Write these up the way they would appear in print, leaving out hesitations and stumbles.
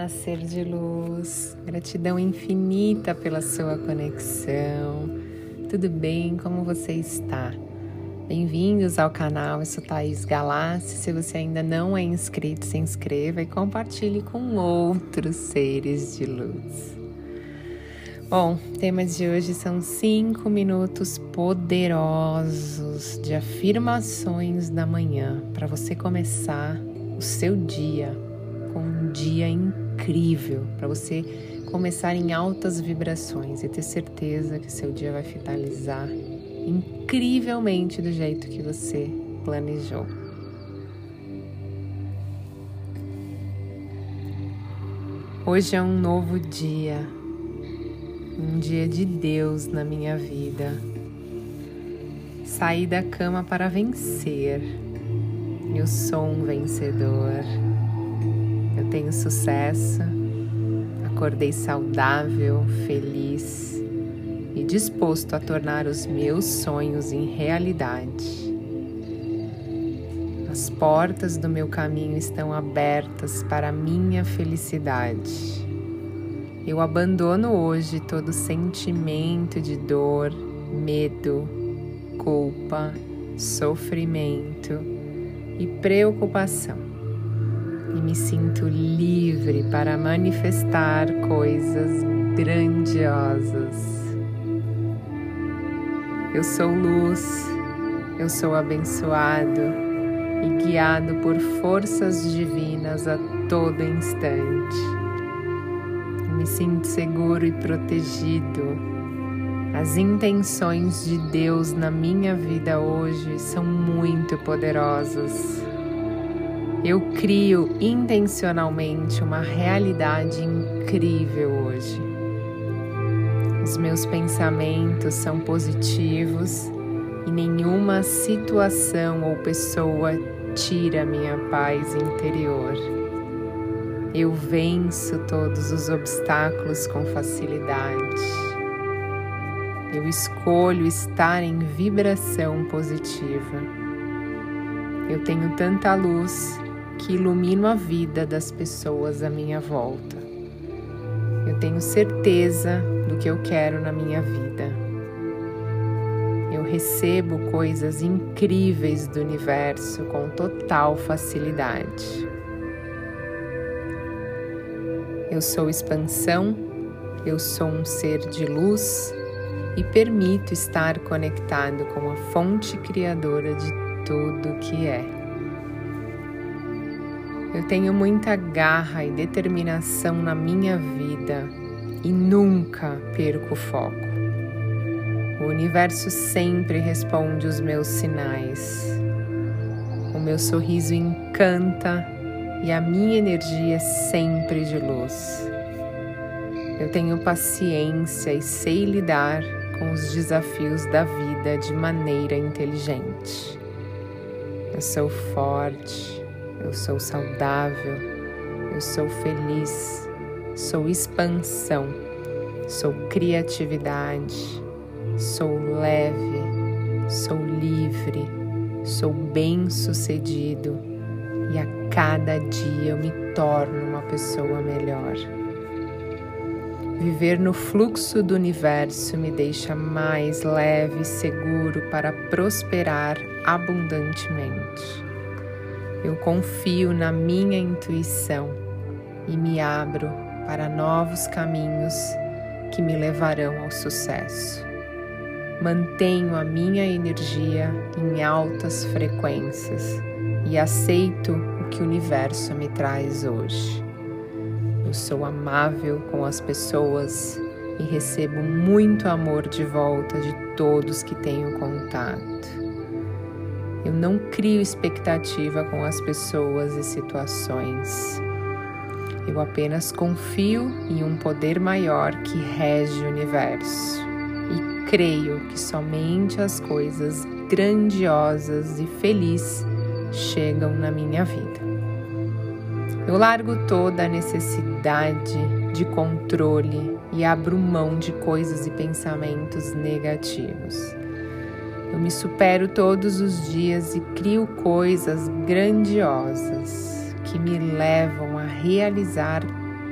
Olá, ser de luz, gratidão infinita pela sua conexão. Tudo bem? Como você está? Bem-vindos ao canal, eu sou Thaís Galassi. Se você ainda não é inscrito, se inscreva e compartilhe com outros seres de luz. Bom, o tema de hoje são 5 minutos poderosos de afirmações da manhã para você começar o seu dia com um dia incrível, para você começar em altas vibrações e ter certeza que seu dia vai finalizar incrivelmente do jeito que você planejou. Hoje é um novo dia, um dia de Deus na minha vida. Saí da cama para vencer. Eu sou um vencedor. Eu tenho sucesso. Acordei saudável, feliz e disposto a tornar os meus sonhos em realidade. As portas do meu caminho estão abertas para a minha felicidade. Eu abandono hoje todo sentimento de dor, medo, culpa, sofrimento e preocupação. E me sinto livre para manifestar coisas grandiosas. Eu sou luz, eu sou abençoado e guiado por forças divinas a todo instante. Me sinto seguro e protegido. As intenções de Deus na minha vida hoje são muito poderosas. Eu crio intencionalmente uma realidade incrível hoje. Os meus pensamentos são positivos e nenhuma situação ou pessoa tira minha paz interior. Eu venço todos os obstáculos com facilidade. Eu escolho estar em vibração positiva. Eu tenho tanta luz que ilumino a vida das pessoas à minha volta. Eu tenho certeza do que eu quero na minha vida. Eu recebo coisas incríveis do universo com total facilidade. Eu sou expansão, eu sou um ser de luz e permito estar conectado com a fonte criadora de tudo que é. Eu tenho muita garra e determinação na minha vida e nunca perco o foco. O universo sempre responde os meus sinais. O meu sorriso encanta e a minha energia é sempre de luz. Eu tenho paciência e sei lidar com os desafios da vida de maneira inteligente. Eu sou forte, eu sou saudável, eu sou feliz, sou expansão, sou criatividade, sou leve, sou livre, sou bem-sucedido e a cada dia eu me torno uma pessoa melhor. Viver no fluxo do universo me deixa mais leve e seguro para prosperar abundantemente. Eu confio na minha intuição e me abro para novos caminhos que me levarão ao sucesso. Mantenho a minha energia em altas frequências e aceito o que o universo me traz hoje. Eu sou amável com as pessoas e recebo muito amor de volta de todos que tenho contato. Eu não crio expectativa com as pessoas e situações. Eu apenas confio em um poder maior que rege o universo e creio que somente as coisas grandiosas e felizes chegam na minha vida. Eu largo toda a necessidade de controle e abro mão de coisas e pensamentos negativos. Eu me supero todos os dias e crio coisas grandiosas que me levam a realizar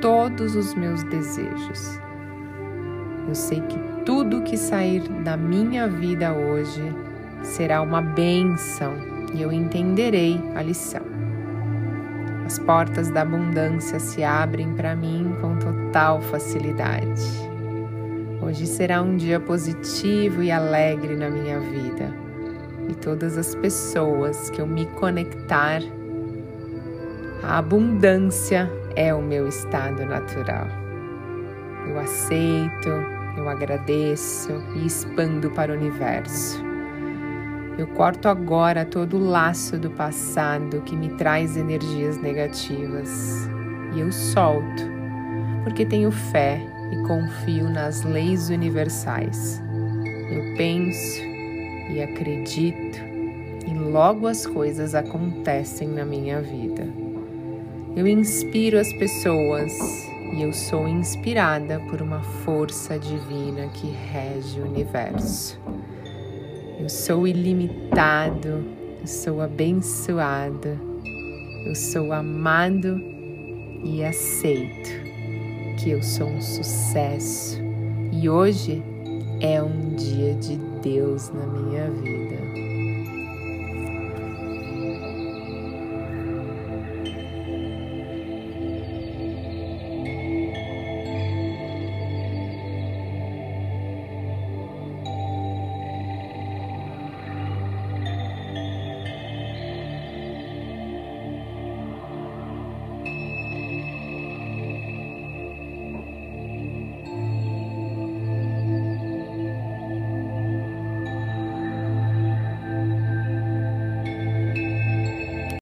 todos os meus desejos. Eu sei que tudo que sair da minha vida hoje será uma bênção e eu entenderei a lição. As portas da abundância se abrem para mim com total facilidade. Hoje será um dia positivo e alegre na minha vida. E todas as pessoas que eu me conectar, a abundância é o meu estado natural. Eu aceito, eu agradeço e expando para o universo. Eu corto agora todo o laço do passado que me traz energias negativas. E eu solto, porque tenho fé e confio nas leis universais. Eu penso e acredito e logo as coisas acontecem na minha vida. Eu inspiro as pessoas e eu sou inspirada por uma força divina que rege o universo. Eu sou ilimitado, eu sou abençoado, eu sou amado e aceito que eu sou um sucesso. E hoje é um dia de Deus na minha vida.